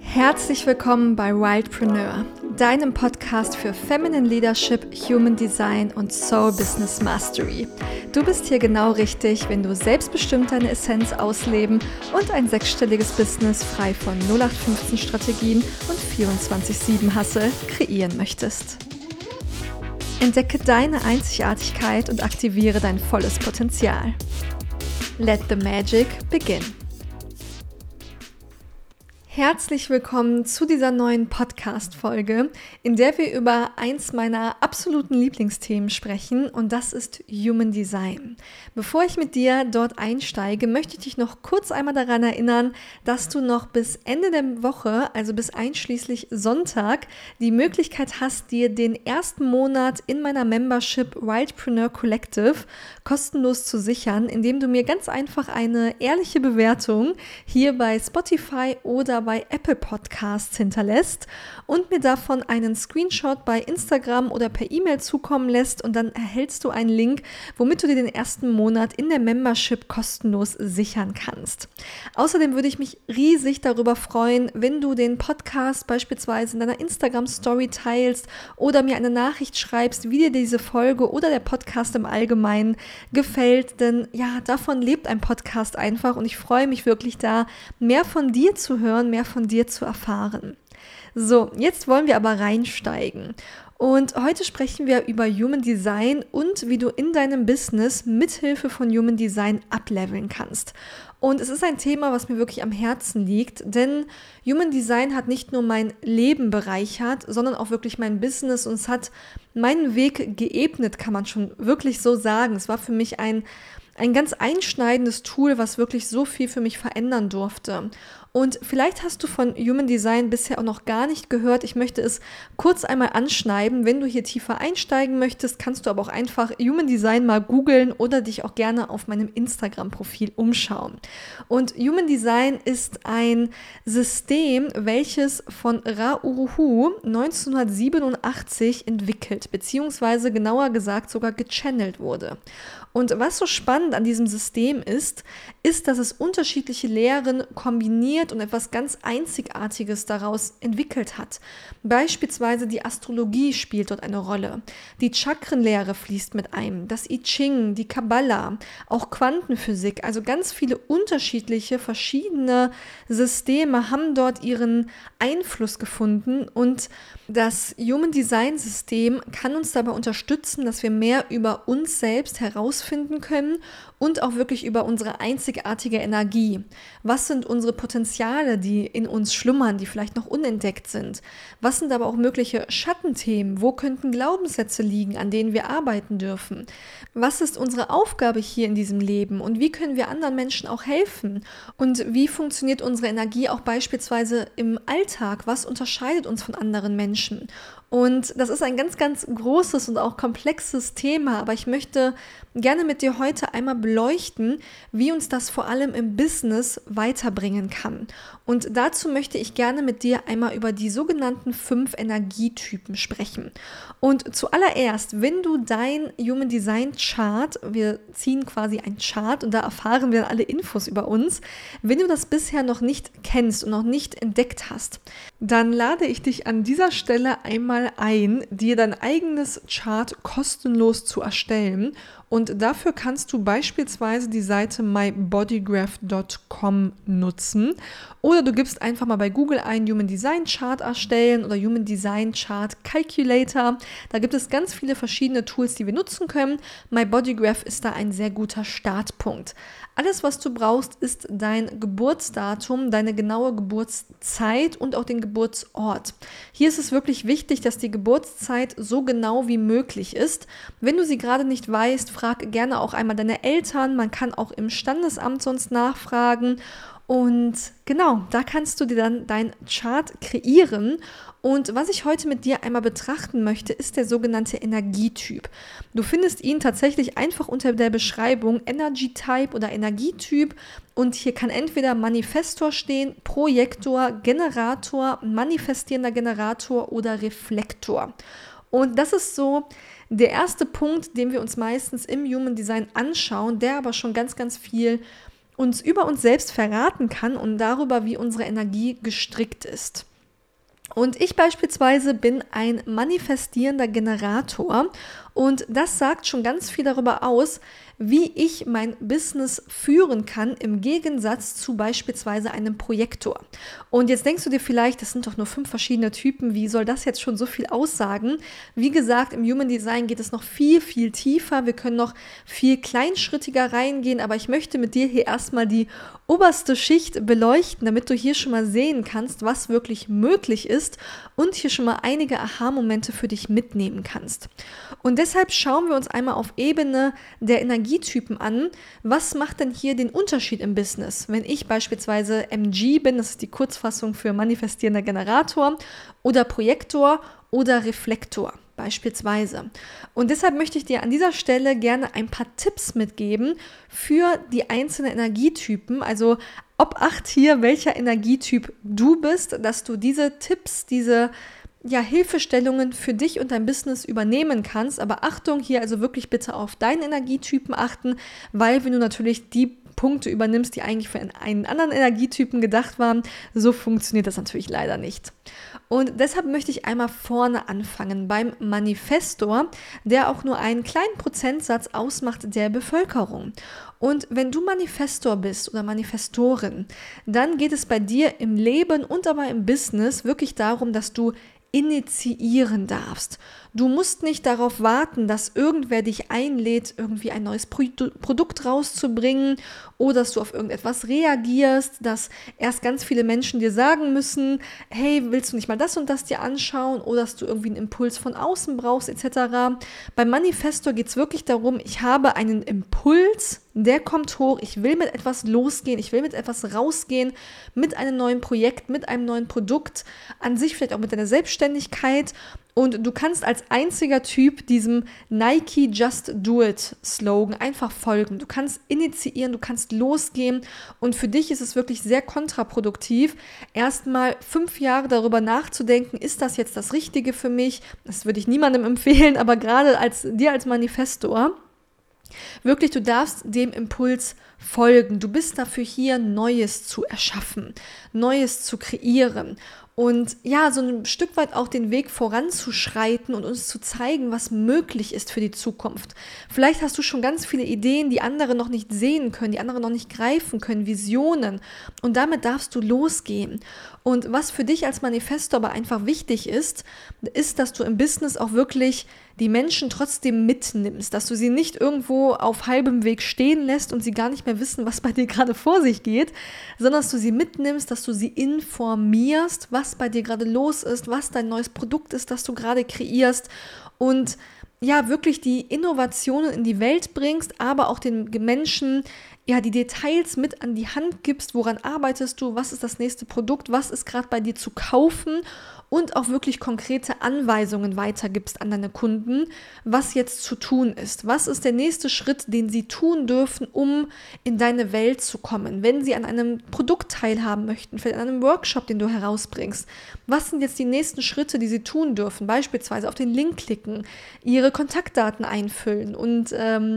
Herzlich willkommen bei Wildpreneur, deinem Podcast für Feminine Leadership, Human Design und Soul Business Mastery. Du bist hier genau richtig, wenn du selbstbestimmt deine Essenz ausleben und ein sechsstelliges Business frei von 0815-Strategien und 24/7-Hustle kreieren möchtest. Entdecke deine Einzigartigkeit und aktiviere dein volles Potenzial. Let the magic begin. Herzlich willkommen zu dieser neuen Podcast-Folge, in der wir über eins meiner absoluten Lieblingsthemen sprechen, und das ist Human Design. Bevor ich mit dir dort einsteige, möchte ich dich noch kurz einmal daran erinnern, dass du noch bis Ende der Woche, also bis einschließlich Sonntag, die Möglichkeit hast, dir den ersten Monat in meiner Membership Wildpreneur Collective kostenlos zu sichern, indem du mir ganz einfach eine ehrliche Bewertung hier bei Spotify oder bei Apple Podcasts hinterlässt und mir davon einen Screenshot bei Instagram oder per E-Mail zukommen lässt, und dann erhältst du einen Link, womit du dir den ersten Monat in der Membership kostenlos sichern kannst. Außerdem würde ich mich riesig darüber freuen, wenn du den Podcast beispielsweise in deiner Instagram-Story teilst oder mir eine Nachricht schreibst, wie dir diese Folge oder der Podcast im Allgemeinen gefällt, denn ja, davon lebt ein Podcast einfach, und ich freue mich wirklich da, mehr von dir zu hören, mehr von dir zu erfahren. So, jetzt wollen wir aber reinsteigen. Und heute sprechen wir über Human Design und wie du in deinem Business mithilfe von Human Design upleveln kannst. Und es ist ein Thema, was mir wirklich am Herzen liegt, denn Human Design hat nicht nur mein Leben bereichert, sondern auch wirklich mein Business, und es hat meinen Weg geebnet, kann man schon wirklich so sagen. Es war für mich ein ganz einschneidendes Tool, was wirklich so viel für mich verändern durfte. Und vielleicht hast du von Human Design bisher auch noch gar nicht gehört. Ich möchte es kurz einmal anschneiden. Wenn du hier tiefer einsteigen möchtest, kannst du aber auch einfach Human Design mal googeln oder dich auch gerne auf meinem Instagram-Profil umschauen. Und Human Design ist ein System, welches von Ra Uru Hu 1987 entwickelt, beziehungsweise genauer gesagt sogar gechannelt wurde. Und was so spannend an diesem System ist, dass es unterschiedliche Lehren kombiniert und etwas ganz Einzigartiges daraus entwickelt hat. Beispielsweise die Astrologie spielt dort eine Rolle. Die Chakrenlehre fließt mit ein, das I Ching, die Kabbala, auch Quantenphysik, also ganz viele unterschiedliche, verschiedene Systeme haben dort ihren Einfluss gefunden, und das Human Design System kann uns dabei unterstützen, dass wir mehr über uns selbst herausfinden können und auch wirklich über unsere einzigartige Energie. Was sind unsere Potenziale, die in uns schlummern, die vielleicht noch unentdeckt sind? Was sind aber auch mögliche Schattenthemen? Wo könnten Glaubenssätze liegen, an denen wir arbeiten dürfen? Was ist unsere Aufgabe hier in diesem Leben, und wie können wir anderen Menschen auch helfen? Und wie funktioniert unsere Energie auch beispielsweise im Alltag? Was unterscheidet uns von anderen Menschen? Und das ist ein ganz, ganz großes und auch komplexes Thema, aber ich möchte gerne mit dir heute einmal beleuchten, wie uns das vor allem im Business weiterbringen kann. Und dazu möchte ich gerne mit dir einmal über die sogenannten 5 Energietypen sprechen. Und zuallererst, wenn du dein Human Design Chart, wir ziehen quasi ein Chart und da erfahren wir alle Infos über uns, wenn du das bisher noch nicht kennst und noch nicht entdeckt hast, dann lade ich dich an dieser Stelle einmal ein, dir dein eigenes Chart kostenlos zu erstellen. Und dafür kannst du beispielsweise die Seite mybodygraph.com nutzen, oder du gibst einfach mal bei Google ein Human Design Chart erstellen oder Human Design Chart Calculator. Da gibt es ganz viele verschiedene Tools, die wir nutzen können. MyBodygraph ist da ein sehr guter Startpunkt. Alles, was du brauchst, ist dein Geburtsdatum, deine genaue Geburtszeit und auch den Geburtsort. Hier ist es wirklich wichtig, dass die Geburtszeit so genau wie möglich ist. Wenn du sie gerade nicht weißt, frag gerne auch einmal deine Eltern. Man kann auch im Standesamt sonst nachfragen. Und genau, da kannst du dir dann dein Chart kreieren. Und was ich heute mit dir einmal betrachten möchte, ist der sogenannte Energietyp. Du findest ihn tatsächlich einfach unter der Beschreibung Energy Type oder Energietyp. Und hier kann entweder Manifestor stehen, Projektor, Generator, manifestierender Generator oder Reflektor. Und das ist so der erste Punkt, den wir uns meistens im Human Design anschauen, der aber schon ganz, ganz viel uns über uns selbst verraten kann und darüber, wie unsere Energie gestrickt ist. Und ich beispielsweise bin ein manifestierender Generator und das sagt schon ganz viel darüber aus, wie ich mein Business führen kann, im Gegensatz zu beispielsweise einem Projektor. Und jetzt denkst du dir vielleicht, das sind doch nur 5 verschiedene Typen, wie soll das jetzt schon so viel aussagen? Wie gesagt, im Human Design geht es noch viel, viel tiefer. Wir können noch viel kleinschrittiger reingehen, aber ich möchte mit dir hier erstmal die oberste Schicht beleuchten, damit du hier schon mal sehen kannst, was wirklich möglich ist und hier schon mal einige Aha-Momente für dich mitnehmen kannst. Und deshalb schauen wir uns einmal auf Ebene der Energietypen an. Was macht denn hier den Unterschied im Business? Wenn ich beispielsweise MG bin, das ist die Kurzfassung für manifestierender Generator oder Projektor oder Reflektor beispielsweise. Und deshalb möchte ich dir an dieser Stelle gerne ein paar Tipps mitgeben für die einzelnen Energietypen. Also ob Acht hier, welcher Energietyp du bist, dass du diese Tipps, diese Hilfestellungen für dich und dein Business übernehmen kannst. Aber Achtung, hier also wirklich bitte auf deinen Energietypen achten, weil wenn du natürlich die Punkte übernimmst, die eigentlich für einen anderen Energietypen gedacht waren, so funktioniert das natürlich leider nicht. Und deshalb möchte ich einmal vorne anfangen beim Manifestor, der auch nur einen kleinen Prozentsatz ausmacht der Bevölkerung. Und wenn du Manifestor bist oder Manifestorin, dann geht es bei dir im Leben und aber im Business wirklich darum, dass du initiieren darfst. Du musst nicht darauf warten, dass irgendwer dich einlädt, irgendwie ein neues Produkt rauszubringen oder dass du auf irgendetwas reagierst, dass erst ganz viele Menschen dir sagen müssen, hey, willst du nicht mal das und das dir anschauen oder dass du irgendwie einen Impuls von außen brauchst etc. Beim Manifestor geht es wirklich darum, ich habe einen Impuls, der kommt hoch, ich will mit etwas losgehen, ich will mit etwas rausgehen, mit einem neuen Projekt, mit einem neuen Produkt, an sich vielleicht auch mit deiner Selbstständigkeit. Und du kannst als einziger Typ diesem Nike Just Do It Slogan einfach folgen. Du kannst initiieren, du kannst losgehen und für dich ist es wirklich sehr kontraproduktiv, erstmal 5 Jahre darüber nachzudenken, ist das jetzt das Richtige für mich? Das würde ich niemandem empfehlen, aber gerade dir als Manifestor, wirklich, du darfst dem Impuls folgen. Du bist dafür hier, Neues zu erschaffen, Neues zu kreieren. Und so ein Stück weit auch den Weg voranzuschreiten und uns zu zeigen, was möglich ist für die Zukunft. Vielleicht hast du schon ganz viele Ideen, die andere noch nicht sehen können, die andere noch nicht greifen können, Visionen. Und damit darfst du losgehen. Und was für dich als Manifestor aber einfach wichtig ist, dass du im Business auch wirklich die Menschen trotzdem mitnimmst, dass du sie nicht irgendwo auf halbem Weg stehen lässt und sie gar nicht mehr wissen, was bei dir gerade vor sich geht, sondern dass du sie mitnimmst, dass du sie informierst, was bei dir gerade los ist, was dein neues Produkt ist, das du gerade kreierst und wirklich die Innovationen in die Welt bringst, aber auch den Menschen die Details mit an die Hand gibst, woran arbeitest du, was ist das nächste Produkt, was ist gerade bei dir zu kaufen und auch wirklich konkrete Anweisungen weitergibst an deine Kunden, was jetzt zu tun ist. Was ist der nächste Schritt, den sie tun dürfen, um in deine Welt zu kommen? Wenn sie an einem Produkt teilhaben möchten, vielleicht an einem Workshop, den du herausbringst. Was sind jetzt die nächsten Schritte, die sie tun dürfen? Beispielsweise auf den Link klicken, ihre Kontaktdaten einfüllen und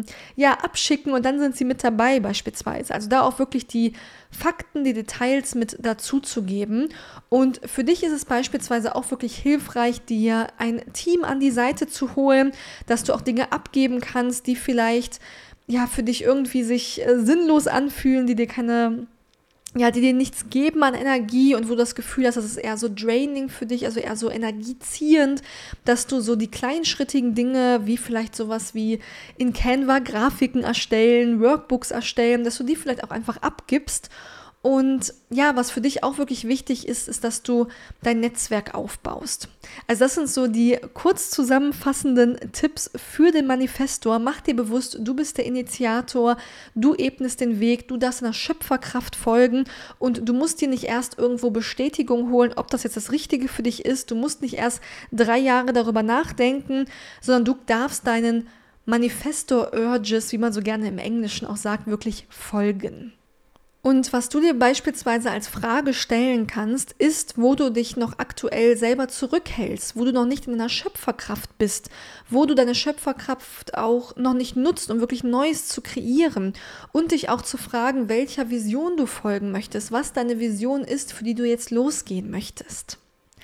abschicken und dann sind sie mit dabei beispielsweise. Also da auch wirklich die Fakten, die Details mit dazu zu geben. Und für dich ist es beispielsweise auch wirklich hilfreich, dir ein Team an die Seite zu holen, dass du auch Dinge abgeben kannst, die vielleicht für dich irgendwie sich sinnlos anfühlen, die dir nichts geben an Energie und wo du das Gefühl hast, das ist eher so draining für dich, also eher so energieziehend, dass du so die kleinschrittigen Dinge, wie vielleicht sowas wie in Canva Grafiken erstellen, Workbooks erstellen, dass du die vielleicht auch einfach abgibst. Und was für dich auch wirklich wichtig ist, ist, dass du dein Netzwerk aufbaust. Also das sind so die kurz zusammenfassenden Tipps für den Manifestor. Mach dir bewusst, du bist der Initiator, du ebnest den Weg, du darfst deiner Schöpferkraft folgen und du musst dir nicht erst irgendwo Bestätigung holen, ob das jetzt das Richtige für dich ist. Du musst nicht erst 3 Jahre darüber nachdenken, sondern du darfst deinen Manifestor-Urges, wie man so gerne im Englischen auch sagt, wirklich folgen. Und was du dir beispielsweise als Frage stellen kannst, ist, wo du dich noch aktuell selber zurückhältst, wo du noch nicht in deiner Schöpferkraft bist, wo du deine Schöpferkraft auch noch nicht nutzt, um wirklich Neues zu kreieren und dich auch zu fragen, welcher Vision du folgen möchtest, was deine Vision ist, für die du jetzt losgehen möchtest.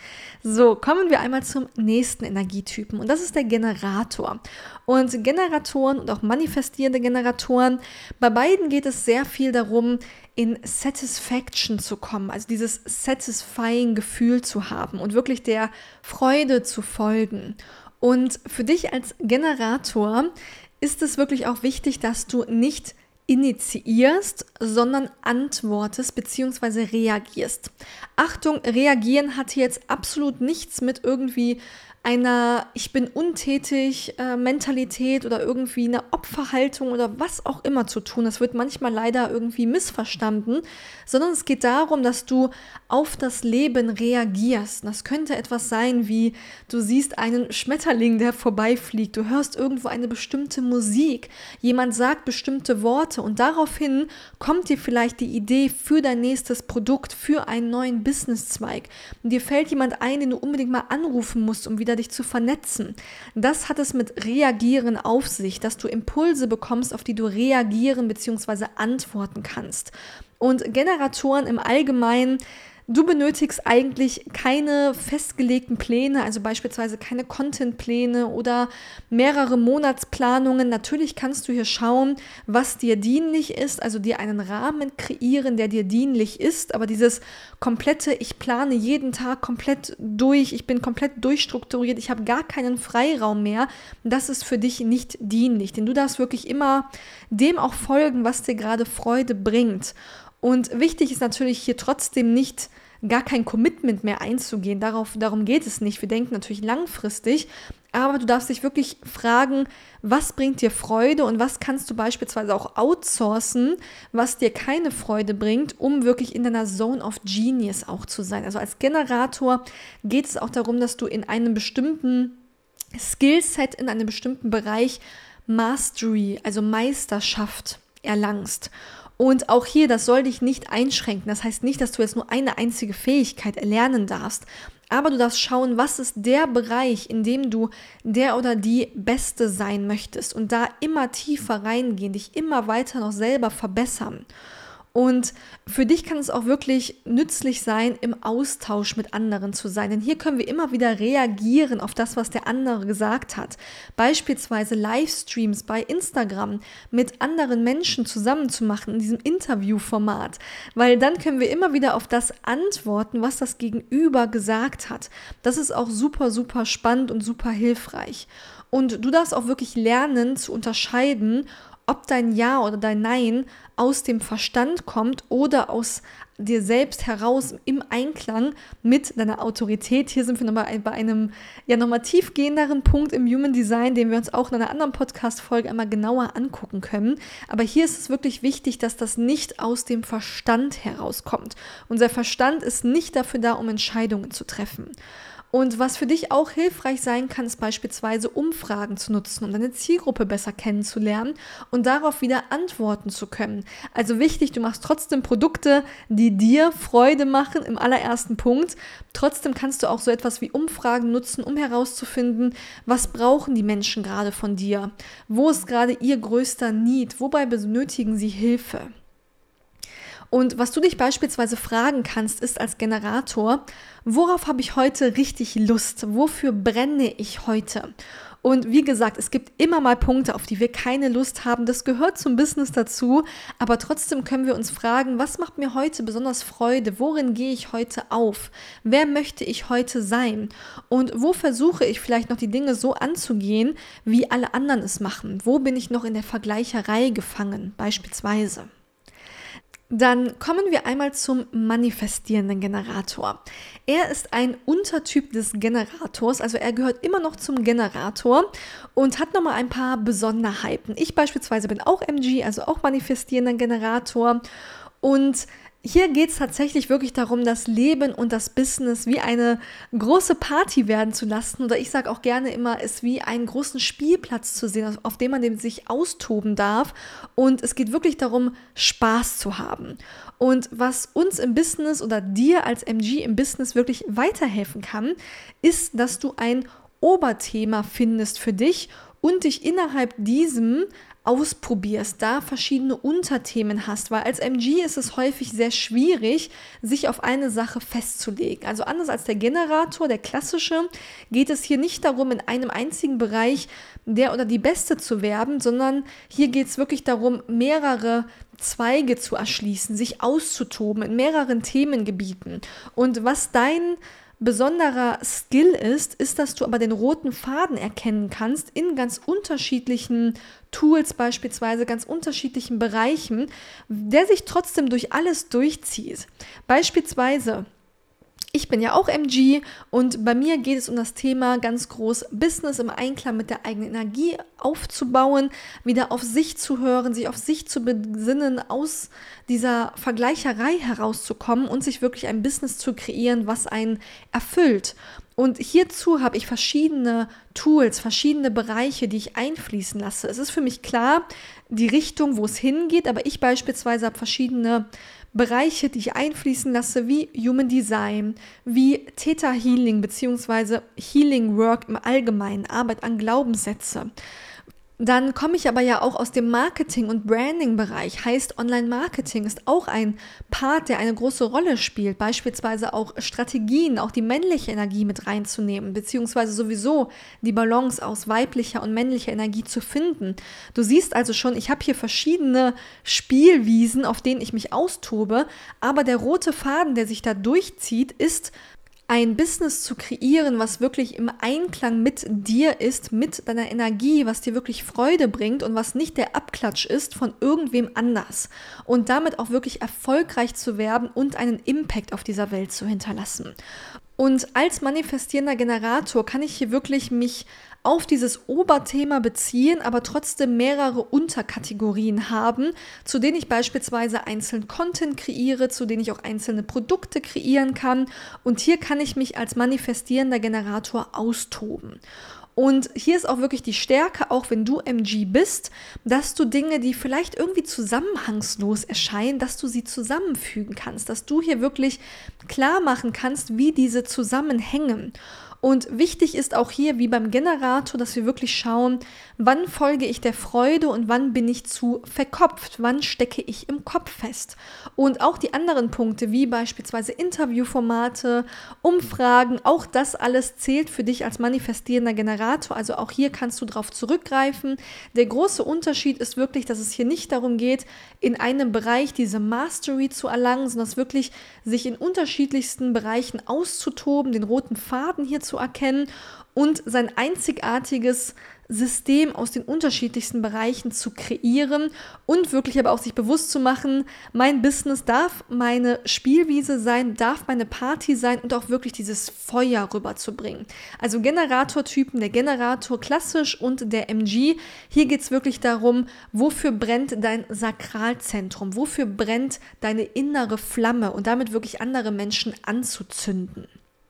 So, kommen wir einmal zum nächsten Energietypen und das ist der Generator. Und Generatoren und auch manifestierende Generatoren, bei beiden geht es sehr viel darum, in Satisfaction zu kommen, also dieses satisfying Gefühl zu haben und wirklich der Freude zu folgen. Und für dich als Generator ist es wirklich auch wichtig, dass du nicht initiierst, sondern antwortest bzw. reagierst. Achtung, reagieren hat hier jetzt absolut nichts mit irgendwie einer Ich bin untätig Mentalität oder irgendwie einer Opferhaltung oder was auch immer zu tun. Das wird manchmal leider irgendwie missverstanden, sondern es geht darum, dass du auf das Leben reagierst. Das könnte etwas sein wie, du siehst einen Schmetterling, der vorbeifliegt, du hörst irgendwo eine bestimmte Musik, jemand sagt bestimmte Worte und daraufhin kommt dir vielleicht die Idee für dein nächstes Produkt, für einen neuen Businesszweig. Und dir fällt jemand ein, den du unbedingt mal anrufen musst, um wieder dich zu vernetzen. Das hat es mit Reagieren auf sich, dass du Impulse bekommst, auf die du reagieren bzw. antworten kannst. Und Generatoren im Allgemeinen, du benötigst eigentlich keine festgelegten Pläne, also beispielsweise keine Contentpläne oder mehrere Monatsplanungen. Natürlich kannst du hier schauen, was dir dienlich ist, also dir einen Rahmen kreieren, der dir dienlich ist, aber dieses komplette, ich plane jeden Tag komplett durch, ich bin komplett durchstrukturiert, ich habe gar keinen Freiraum mehr, das ist für dich nicht dienlich, denn du darfst wirklich immer dem auch folgen, was dir gerade Freude bringt. Und wichtig ist natürlich hier trotzdem nicht gar kein Commitment mehr einzugehen. Darum geht es nicht. Wir denken natürlich langfristig, aber du darfst dich wirklich fragen, was bringt dir Freude und was kannst du beispielsweise auch outsourcen, was dir keine Freude bringt, um wirklich in deiner Zone of Genius auch zu sein. Also als Generator geht es auch darum, dass du in einem bestimmten Skillset, in einem bestimmten Bereich Mastery, also Meisterschaft erlangst. Und auch hier, das soll dich nicht einschränken. Das heißt nicht, dass du jetzt nur eine einzige Fähigkeit erlernen darfst. Aber du darfst schauen, was ist der Bereich, in dem du der oder die Beste sein möchtest. Und da immer tiefer reingehen, dich immer weiter noch selber verbessern. Und für dich kann es auch wirklich nützlich sein, im Austausch mit anderen zu sein. Denn hier können wir immer wieder reagieren auf das, was der andere gesagt hat. Beispielsweise Livestreams bei Instagram mit anderen Menschen zusammen zu machen in diesem Interviewformat. Weil dann können wir immer wieder auf das antworten, was das Gegenüber gesagt hat. Das ist auch super, super spannend und super hilfreich. Und du darfst auch wirklich lernen zu unterscheiden, ob dein Ja oder dein Nein aus dem Verstand kommt oder aus dir selbst heraus im Einklang mit deiner Autorität. Hier sind wir nochmal bei einem nochmal tiefgehenderen Punkt im Human Design, den wir uns auch in einer anderen Podcast-Folge einmal genauer angucken können. Aber hier ist es wirklich wichtig, dass das nicht aus dem Verstand herauskommt. Unser Verstand ist nicht dafür da, um Entscheidungen zu treffen. Und was für dich auch hilfreich sein kann, ist beispielsweise Umfragen zu nutzen, um deine Zielgruppe besser kennenzulernen und darauf wieder antworten zu können. Also wichtig, du machst trotzdem Produkte, die dir Freude machen im allerersten Punkt. Trotzdem kannst du auch so etwas wie Umfragen nutzen, um herauszufinden, was brauchen die Menschen gerade von dir? Wo ist gerade ihr größter Need? Wobei benötigen sie Hilfe? Und was du dich beispielsweise fragen kannst, ist als Generator, worauf habe ich heute richtig Lust? Wofür brenne ich heute? Und wie gesagt, es gibt immer mal Punkte, auf die wir keine Lust haben. Das gehört zum Business dazu, aber trotzdem können wir uns fragen, was macht mir heute besonders Freude? Worin gehe ich heute auf? Wer möchte ich heute sein? Und wo versuche ich vielleicht noch die Dinge so anzugehen, wie alle anderen es machen? Wo bin ich noch in der Vergleicherei gefangen, beispielsweise? Dann kommen wir einmal zum manifestierenden Generator. Er ist ein Untertyp des Generators, also er gehört immer noch zum Generator und hat nochmal ein paar Besonderheiten. Ich beispielsweise bin auch MG, also auch manifestierender Generator und Hier geht es tatsächlich wirklich darum, das Leben und das Business wie eine große Party werden zu lassen. Oder ich sage auch gerne immer, es wie einen großen Spielplatz zu sehen, auf dem man sich austoben darf. Und es geht wirklich darum, Spaß zu haben. Und was uns im Business oder dir als MG im Business wirklich weiterhelfen kann, ist, dass du ein Oberthema findest für dich und dich innerhalb diesem ausprobierst, da verschiedene Unterthemen hast, weil als MG ist es häufig sehr schwierig, sich auf eine Sache festzulegen. Also anders als der Generator, der klassische, geht es hier nicht darum, in einem einzigen Bereich der oder die Beste zu werden, sondern hier geht es wirklich darum, mehrere Zweige zu erschließen, sich auszutoben in mehreren Themengebieten. Und was dein besonderer Skill ist, dass du aber den roten Faden erkennen kannst in ganz unterschiedlichen Tools, beispielsweise ganz unterschiedlichen Bereichen, der sich trotzdem durch alles durchzieht. Beispielsweise, ich bin ja auch MG und bei mir geht es um das Thema ganz groß Business im Einklang mit der eigenen Energie aufzubauen, wieder auf sich zu hören, sich auf sich zu besinnen, aus dieser Vergleicherei herauszukommen und sich wirklich ein Business zu kreieren, was einen erfüllt. Und hierzu habe ich verschiedene Tools, verschiedene Bereiche, die ich einfließen lasse. Es ist für mich klar, die Richtung, wo es hingeht, aber ich beispielsweise habe verschiedene Bereiche, die ich einfließen lasse, wie Human Design, wie Theta Healing bzw. Healing Work im Allgemeinen, Arbeit an Glaubenssätze. Dann komme ich aber ja auch aus dem Marketing- und Branding-Bereich, heißt Online-Marketing ist auch ein Part, der eine große Rolle spielt, beispielsweise auch Strategien, auch die männliche Energie mit reinzunehmen, beziehungsweise sowieso die Balance aus weiblicher und männlicher Energie zu finden. Du siehst also schon, ich habe hier verschiedene Spielwiesen, auf denen ich mich austobe, aber der rote Faden, der sich da durchzieht, ist ein Business zu kreieren, was wirklich im Einklang mit dir ist, mit deiner Energie, was dir wirklich Freude bringt und was nicht der Abklatsch ist von irgendwem anders. Und damit auch wirklich erfolgreich zu werden und einen Impact auf dieser Welt zu hinterlassen. Und als manifestierender Generator kann ich hier wirklich mich auf dieses Oberthema beziehen, aber trotzdem mehrere Unterkategorien haben, zu denen ich beispielsweise einzeln Content kreiere, zu denen ich auch einzelne Produkte kreieren kann. Und hier kann ich mich als manifestierender Generator austoben. Und hier ist auch wirklich die Stärke, auch wenn du MG bist, dass du Dinge, die vielleicht irgendwie zusammenhangslos erscheinen, dass du sie zusammenfügen kannst, dass du hier wirklich klar machen kannst, wie diese zusammenhängen. Und wichtig ist auch hier, wie beim Generator, dass wir wirklich schauen, wann folge ich der Freude und wann bin ich zu verkopft, wann stecke ich im Kopf fest. Und auch die anderen Punkte, wie beispielsweise Interviewformate, Umfragen, auch das alles zählt für dich als manifestierender Generator. Also auch hier kannst du darauf zurückgreifen. Der große Unterschied ist wirklich, dass es hier nicht darum geht, in einem Bereich diese Mastery zu erlangen, sondern es wirklich sich in unterschiedlichsten Bereichen auszutoben, den roten Faden hier zu erkennen und sein einzigartiges System aus den unterschiedlichsten Bereichen zu kreieren und wirklich aber auch sich bewusst zu machen, mein Business darf meine Spielwiese sein, darf meine Party sein und auch wirklich dieses Feuer rüberzubringen. Also Generatortypen, der Generator klassisch und der MG. Hier geht es wirklich darum, wofür brennt dein Sakralzentrum, wofür brennt deine innere Flamme und damit wirklich andere Menschen anzuzünden.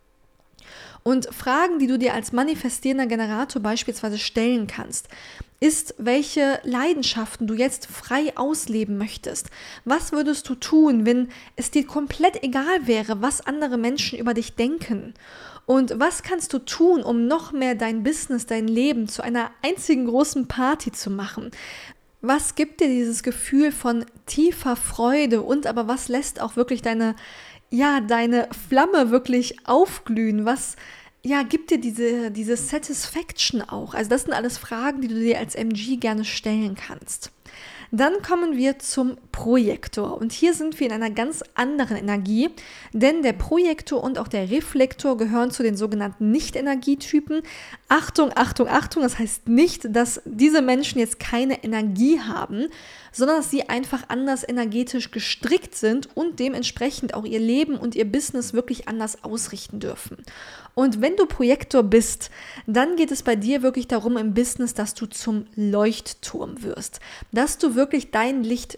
Und Fragen, die du dir als manifestierender Generator beispielsweise stellen kannst, ist, welche Leidenschaften du jetzt frei ausleben möchtest. Was würdest du tun, wenn es dir komplett egal wäre, was andere Menschen über dich denken? Und was kannst du tun, um noch mehr dein Business, dein Leben zu einer einzigen großen Party zu machen? Was gibt dir dieses Gefühl von tiefer Freude und aber was lässt auch wirklich deine Flamme wirklich aufglühen? Was gibt dir diese Satisfaction auch? Also das sind alles Fragen, die du dir als MG gerne stellen kannst. Dann kommen wir zum Projektor und hier sind wir in einer ganz anderen Energie, denn der Projektor und auch der Reflektor gehören zu den sogenannten Nicht-Energietypen. Achtung, Achtung, Achtung, das heißt nicht, dass diese Menschen jetzt keine Energie haben, sondern dass sie einfach anders energetisch gestrickt sind und dementsprechend auch ihr Leben und ihr Business wirklich anders ausrichten dürfen. Und wenn du Projektor bist, dann geht es bei dir wirklich darum im Business, dass du zum Leuchtturm wirst, dass du wirklich dein Licht strahlst.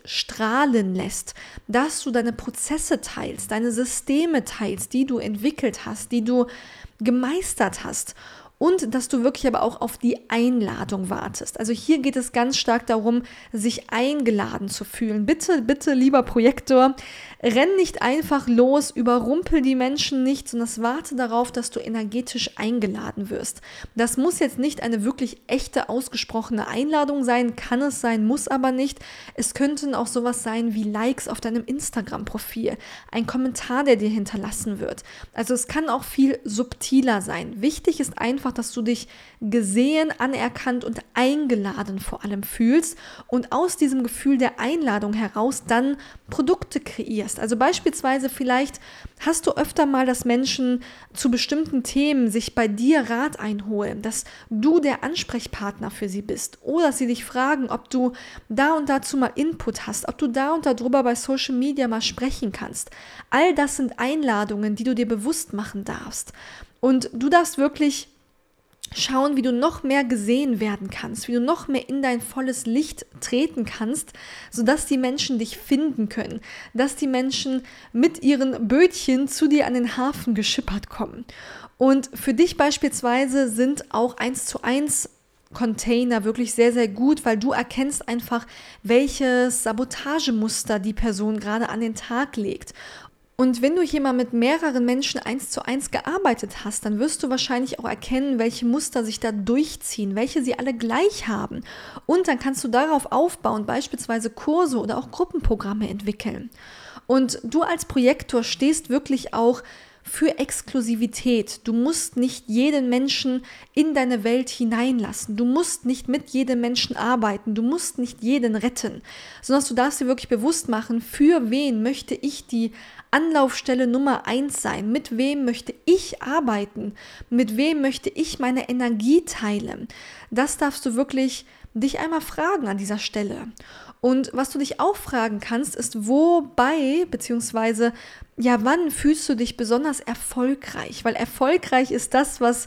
strahlen lässt, dass du deine Prozesse teilst, deine Systeme teilst, die du entwickelt hast, die du gemeistert hast. Und dass du wirklich aber auch auf die Einladung wartest. Also hier geht es ganz stark darum, sich eingeladen zu fühlen. Bitte, bitte, lieber Projektor, renn nicht einfach los, überrumpel die Menschen nicht, sondern warte darauf, dass du energetisch eingeladen wirst. Das muss jetzt nicht eine wirklich echte, ausgesprochene Einladung sein, kann es sein, muss aber nicht. Es könnten auch sowas sein wie Likes auf deinem Instagram-Profil, ein Kommentar, der dir hinterlassen wird. Also es kann auch viel subtiler sein. Wichtig ist einfach, dass du dich gesehen, anerkannt und eingeladen vor allem fühlst und aus diesem Gefühl der Einladung heraus dann Produkte kreierst. Also beispielsweise vielleicht hast du öfter mal, dass Menschen zu bestimmten Themen sich bei dir Rat einholen, dass du der Ansprechpartner für sie bist oder sie dich fragen, ob du da und dazu mal Input hast, ob du da und darüber bei Social Media mal sprechen kannst. All das sind Einladungen, die du dir bewusst machen darfst. Und du darfst wirklich schauen, wie du noch mehr gesehen werden kannst, wie du noch mehr in dein volles Licht treten kannst, sodass die Menschen dich finden können, dass die Menschen mit ihren Bötchen zu dir an den Hafen geschippert kommen. Und für dich beispielsweise sind auch 1:1 Container wirklich sehr, sehr gut, weil du erkennst einfach, welches Sabotagemuster die Person gerade an den Tag legt. Und wenn du hier mal mit mehreren Menschen 1:1 gearbeitet hast, dann wirst du wahrscheinlich auch erkennen, welche Muster sich da durchziehen, welche sie alle gleich haben. Und dann kannst du darauf aufbauen, beispielsweise Kurse oder auch Gruppenprogramme entwickeln. Und du als Projektor stehst wirklich auch für Exklusivität. Du musst nicht jeden Menschen in deine Welt hineinlassen. Du musst nicht mit jedem Menschen arbeiten. Du musst nicht jeden retten, sondern du darfst dir wirklich bewusst machen, für wen möchte ich die Anlaufstelle Nummer 1 sein? Mit wem möchte ich arbeiten? Mit wem möchte ich meine Energie teilen? Das darfst du wirklich dich einmal fragen an dieser Stelle. Und was du dich auch fragen kannst, ist, beziehungsweise wann fühlst du dich besonders erfolgreich? Weil erfolgreich ist das, was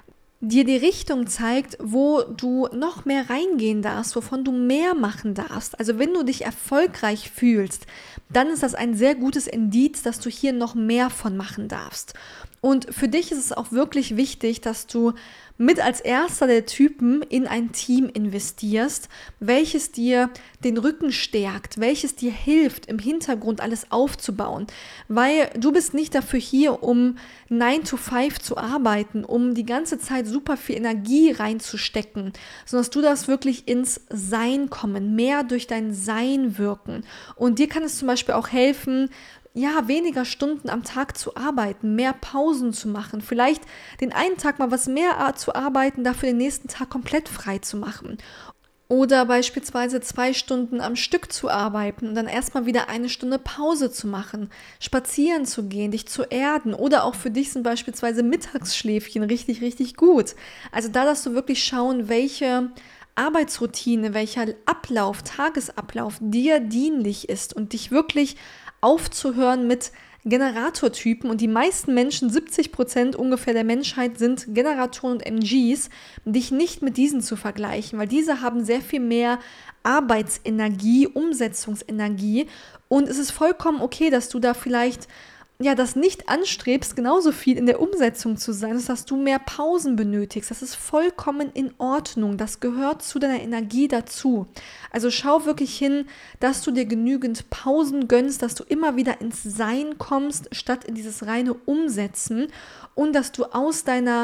dir die Richtung zeigt, wo du noch mehr reingehen darfst, wovon du mehr machen darfst. Also wenn du dich erfolgreich fühlst, dann ist das ein sehr gutes Indiz, dass du hier noch mehr von machen darfst. Und für dich ist es auch wirklich wichtig, dass du mit als erster der Typen in ein Team investierst, welches dir den Rücken stärkt, welches dir hilft, im Hintergrund alles aufzubauen. Weil du bist nicht dafür hier, um 9 to 5 zu arbeiten, um die ganze Zeit super viel Energie reinzustecken, sondern dass du darfst wirklich ins Sein kommen, mehr durch dein Sein wirken. Und dir kann es zum Beispiel auch helfen, weniger Stunden am Tag zu arbeiten, mehr Pausen zu machen, vielleicht den einen Tag mal was mehr zu arbeiten, dafür den nächsten Tag komplett frei zu machen. Oder beispielsweise 2 Stunden am Stück zu arbeiten und dann erstmal wieder 1 Stunde Pause zu machen, spazieren zu gehen, dich zu erden. Oder auch für dich sind beispielsweise Mittagsschläfchen richtig, richtig gut. Also da darfst du wirklich schauen, welche Arbeitsroutine, welcher Tagesablauf dir dienlich ist und dich wirklich aufzuhören mit Generatortypen. Und die meisten Menschen, 70% ungefähr der Menschheit, sind Generatoren und MGs, dich nicht mit diesen zu vergleichen, weil diese haben sehr viel mehr Arbeitsenergie, Umsetzungsenergie, und es ist vollkommen okay, dass du da vielleicht das nicht anstrebst, genauso viel in der Umsetzung zu sein, dass du mehr Pausen benötigst. Das ist vollkommen in Ordnung. Das gehört zu deiner Energie dazu. Also schau wirklich hin, dass du dir genügend Pausen gönnst, dass du immer wieder ins Sein kommst, statt in dieses reine Umsetzen, und dass du aus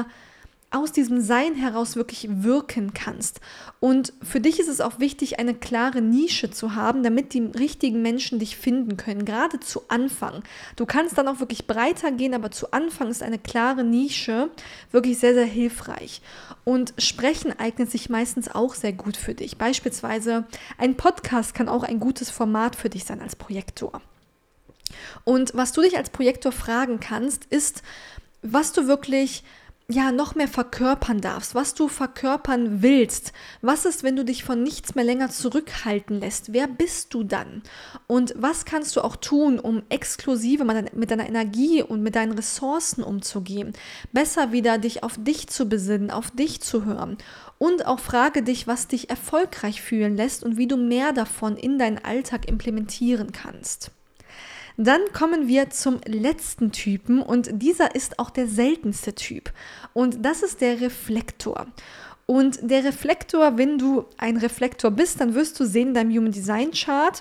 diesem Sein heraus wirklich wirken kannst. Und für dich ist es auch wichtig, eine klare Nische zu haben, damit die richtigen Menschen dich finden können, gerade zu Anfang. Du kannst dann auch wirklich breiter gehen, aber zu Anfang ist eine klare Nische wirklich sehr, sehr hilfreich. Und Sprechen eignet sich meistens auch sehr gut für dich. Beispielsweise ein Podcast kann auch ein gutes Format für dich sein als Projektor. Und was du dich als Projektor fragen kannst, ist, was du wirklich noch mehr verkörpern darfst, was du verkörpern willst. Was ist, wenn du dich von nichts mehr länger zurückhalten lässt? Wer bist du dann? Und was kannst du auch tun, um exklusiver mit deiner Energie und mit deinen Ressourcen umzugehen? Besser wieder dich auf dich zu besinnen, auf dich zu hören. Und auch frage dich, was dich erfolgreich fühlen lässt und wie du mehr davon in deinen Alltag implementieren kannst. Dann kommen wir zum letzten Typen und dieser ist auch der seltenste Typ und das ist der Reflektor. Und der Reflektor, wenn du ein Reflektor bist, dann wirst du sehen in deinem Human Design Chart,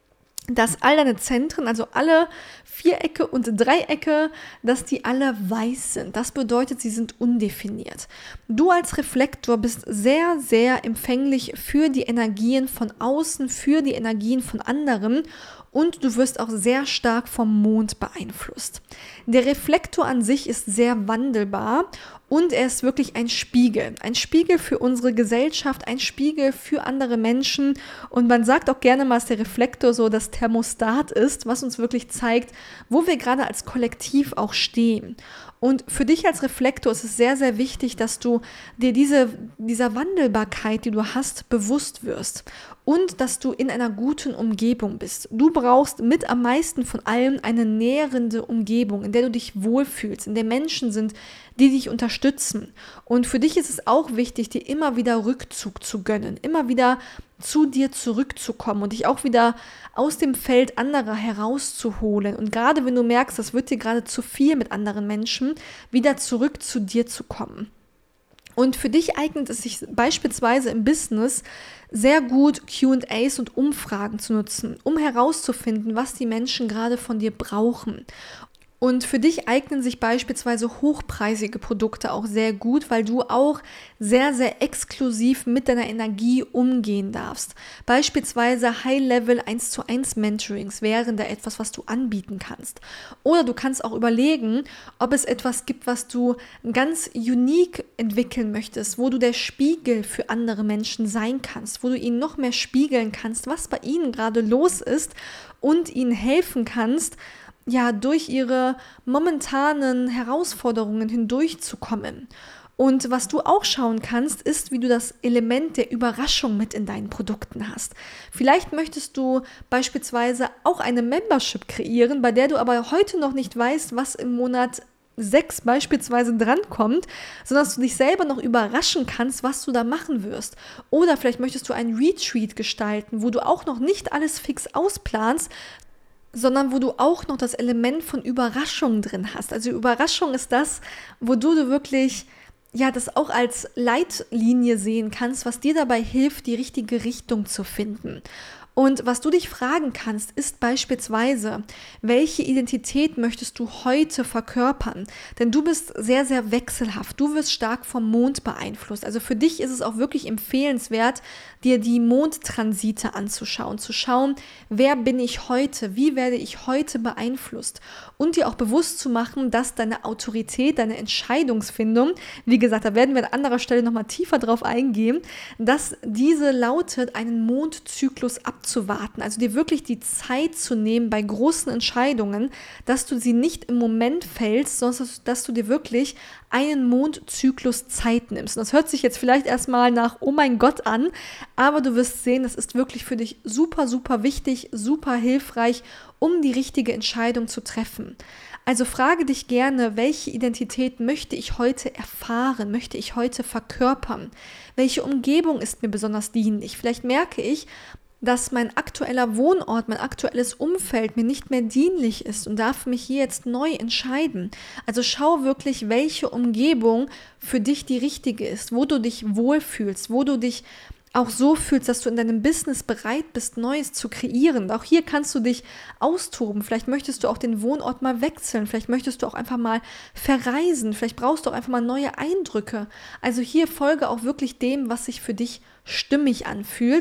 dass all deine Zentren, also alle Vierecke und Dreiecke, dass die alle weiß sind. Das bedeutet, sie sind undefiniert. Du als Reflektor bist sehr, sehr empfänglich für die Energien von außen, für die Energien von anderen und du wirst auch sehr stark vom Mond beeinflusst. Der Reflektor an sich ist sehr wandelbar und er ist wirklich ein Spiegel für unsere Gesellschaft, ein Spiegel für andere Menschen und man sagt auch gerne mal, dass der Reflektor so das Thermostat ist, was uns wirklich zeigt, wo wir gerade als Kollektiv auch stehen. Und für dich als Reflektor ist es sehr, sehr wichtig, dass du dir dieser Wandelbarkeit, die du hast, bewusst wirst und dass du in einer guten Umgebung bist. Du brauchst mit am meisten von allem eine nährende Umgebung, in der du dich wohlfühlst, in der Menschen sind, die dich unterstützen. Und für dich ist es auch wichtig, dir immer wieder Rückzug zu gönnen, immer wieder zu dir zurückzukommen und dich auch wieder aus dem Feld anderer herauszuholen. Und gerade wenn du merkst, das wird dir gerade zu viel mit anderen Menschen, wieder zurück zu dir zu kommen. Und für dich eignet es sich beispielsweise im Business sehr gut, Q&As und Umfragen zu nutzen, um herauszufinden, was die Menschen gerade von dir brauchen. Und für dich eignen sich beispielsweise hochpreisige Produkte auch sehr gut, weil du auch sehr, sehr exklusiv mit deiner Energie umgehen darfst. Beispielsweise High-Level 1:1 Mentorings wären da etwas, was du anbieten kannst. Oder du kannst auch überlegen, ob es etwas gibt, was du ganz unique entwickeln möchtest, wo du der Spiegel für andere Menschen sein kannst, wo du ihnen noch mehr spiegeln kannst, was bei ihnen gerade los ist und ihnen helfen kannst, durch ihre momentanen Herausforderungen hindurchzukommen. Und was du auch schauen kannst, ist, wie du das Element der Überraschung mit in deinen Produkten hast. Vielleicht möchtest du beispielsweise auch eine Membership kreieren, bei der du aber heute noch nicht weißt, was im Monat 6 beispielsweise drankommt, sondern dass du dich selber noch überraschen kannst, was du da machen wirst. Oder vielleicht möchtest du ein Retreat gestalten, wo du auch noch nicht alles fix ausplanst, sondern wo du auch noch das Element von Überraschung drin hast. Also Überraschung ist das, wo du wirklich das auch als Leitlinie sehen kannst, was dir dabei hilft, die richtige Richtung zu finden. Und was du dich fragen kannst, ist beispielsweise, welche Identität möchtest du heute verkörpern? Denn du bist sehr, sehr wechselhaft. Du wirst stark vom Mond beeinflusst. Also für dich ist es auch wirklich empfehlenswert, dir die Mondtransite anzuschauen, zu schauen, wer bin ich heute, wie werde ich heute beeinflusst und dir auch bewusst zu machen, dass deine Autorität, deine Entscheidungsfindung, wie gesagt, da werden wir an anderer Stelle nochmal tiefer drauf eingehen, dass diese lautet, einen Mondzyklus abzuwarten, also dir wirklich die Zeit zu nehmen bei großen Entscheidungen, dass du sie nicht im Moment fällst, sondern dass du dir wirklich einen Mondzyklus Zeit nimmst. Und das hört sich jetzt vielleicht erstmal nach oh mein Gott an, aber du wirst sehen, das ist wirklich für dich super, super wichtig, super hilfreich, um die richtige Entscheidung zu treffen. Also frage dich gerne, welche Identität möchte ich heute erfahren, möchte ich heute verkörpern? Welche Umgebung ist mir besonders dienlich? Vielleicht merke ich, dass mein aktueller Wohnort, mein aktuelles Umfeld mir nicht mehr dienlich ist und darf mich hier jetzt neu entscheiden. Also schau wirklich, welche Umgebung für dich die richtige ist, wo du dich wohlfühlst, wo du dich auch so fühlst, dass du in deinem Business bereit bist, Neues zu kreieren. Auch hier kannst du dich austoben. Vielleicht möchtest du auch den Wohnort mal wechseln. Vielleicht möchtest du auch einfach mal verreisen. Vielleicht brauchst du auch einfach mal neue Eindrücke. Also hier folge auch wirklich dem, was sich für dich stimmig anfühlt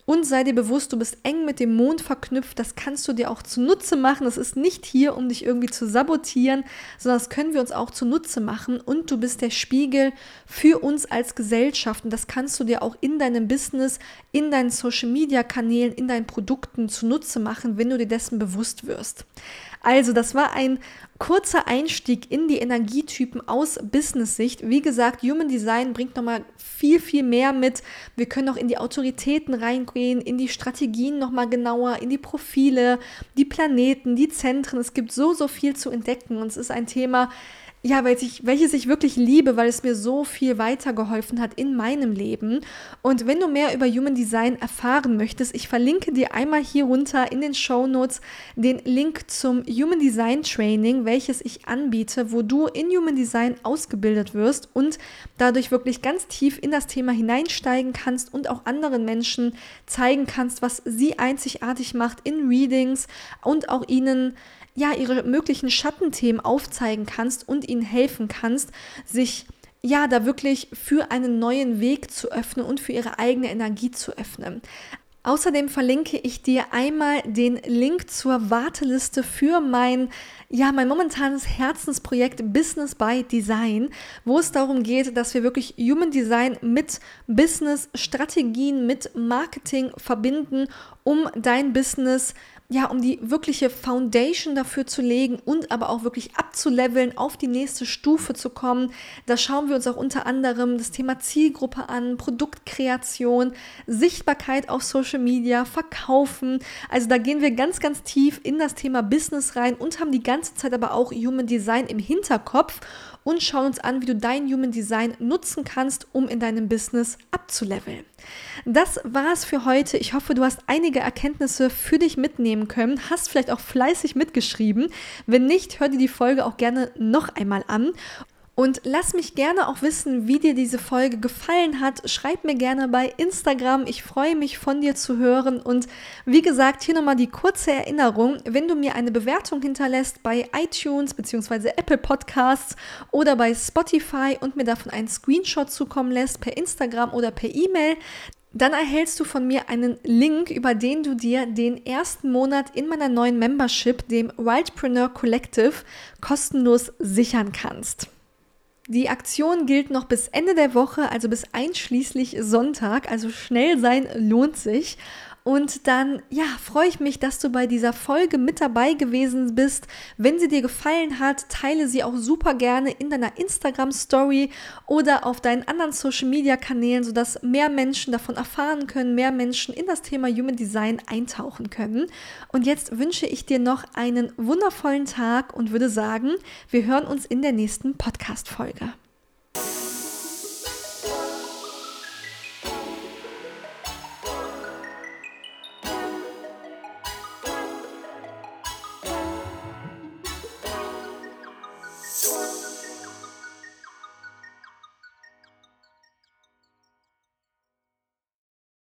Und sei dir bewusst, du bist eng mit dem Mond verknüpft. Das kannst du dir auch zunutze machen. Das ist nicht hier, um dich irgendwie zu sabotieren, sondern das können wir uns auch zunutze machen. Und du bist der Spiegel für uns als Gesellschaft. Und das kannst du dir auch in deinem Business, in deinen Social-Media-Kanälen, in deinen Produkten zunutze machen, wenn du dir dessen bewusst wirst. Also, das war ein kurzer Einstieg in die Energietypen aus Business-Sicht. Wie gesagt, Human Design bringt nochmal viel, viel mehr mit. Wir können auch in die Autoritäten reingehen, in die Strategien nochmal genauer, in die Profile, die Planeten, die Zentren. Es gibt so, so viel zu entdecken und es ist ein Thema, ja, welches ich wirklich liebe, weil es mir so viel weitergeholfen hat in meinem Leben. Und wenn du mehr über Human Design erfahren möchtest, ich verlinke dir einmal hier runter in den Shownotes den Link zum Human Design Training, welches ich anbiete, wo du in Human Design ausgebildet wirst und dadurch wirklich ganz tief in das Thema hineinsteigen kannst und auch anderen Menschen zeigen kannst, was sie einzigartig macht in Readings und auch ihnen ihre möglichen Schattenthemen aufzeigen kannst und ihnen helfen kannst, sich da wirklich für einen neuen Weg zu öffnen und für ihre eigene Energie zu öffnen. Außerdem verlinke ich dir einmal den Link zur Warteliste für mein momentanes Herzensprojekt Business by Design, wo es darum geht, dass wir wirklich Human Design mit Business-Strategien, mit Marketing verbinden, um dein Business um die wirkliche Foundation dafür zu legen und aber auch wirklich abzuleveln, auf die nächste Stufe zu kommen. Da schauen wir uns auch unter anderem das Thema Zielgruppe an, Produktkreation, Sichtbarkeit auf Social Media, Verkaufen. Also da gehen wir ganz, ganz tief in das Thema Business rein und haben die ganze Zeit aber auch Human Design im Hinterkopf und schauen uns an, wie du dein Human Design nutzen kannst, um in deinem Business abzuleveln. Das war's für heute. Ich hoffe, du hast einige Erkenntnisse für dich mitnehmen können, hast vielleicht auch fleißig mitgeschrieben. Wenn nicht, hör dir die Folge auch gerne noch einmal an. Und lass mich gerne auch wissen, wie dir diese Folge gefallen hat. Schreib mir gerne bei Instagram. Ich freue mich, von dir zu hören. Und wie gesagt, hier nochmal die kurze Erinnerung. Wenn du mir eine Bewertung hinterlässt bei iTunes bzw. Apple Podcasts oder bei Spotify und mir davon einen Screenshot zukommen lässt per Instagram oder per E-Mail, dann erhältst du von mir einen Link, über den du dir den ersten Monat in meiner neuen Membership, dem Wildpreneur Collective, kostenlos sichern kannst. Die Aktion gilt noch bis Ende der Woche, also bis einschließlich Sonntag, also schnell sein lohnt sich. Und dann, freue ich mich, dass du bei dieser Folge mit dabei gewesen bist. Wenn sie dir gefallen hat, teile sie auch super gerne in deiner Instagram-Story oder auf deinen anderen Social-Media-Kanälen, sodass mehr Menschen davon erfahren können, mehr Menschen in das Thema Human Design eintauchen können. Und jetzt wünsche ich dir noch einen wundervollen Tag und würde sagen, wir hören uns in der nächsten Podcast-Folge.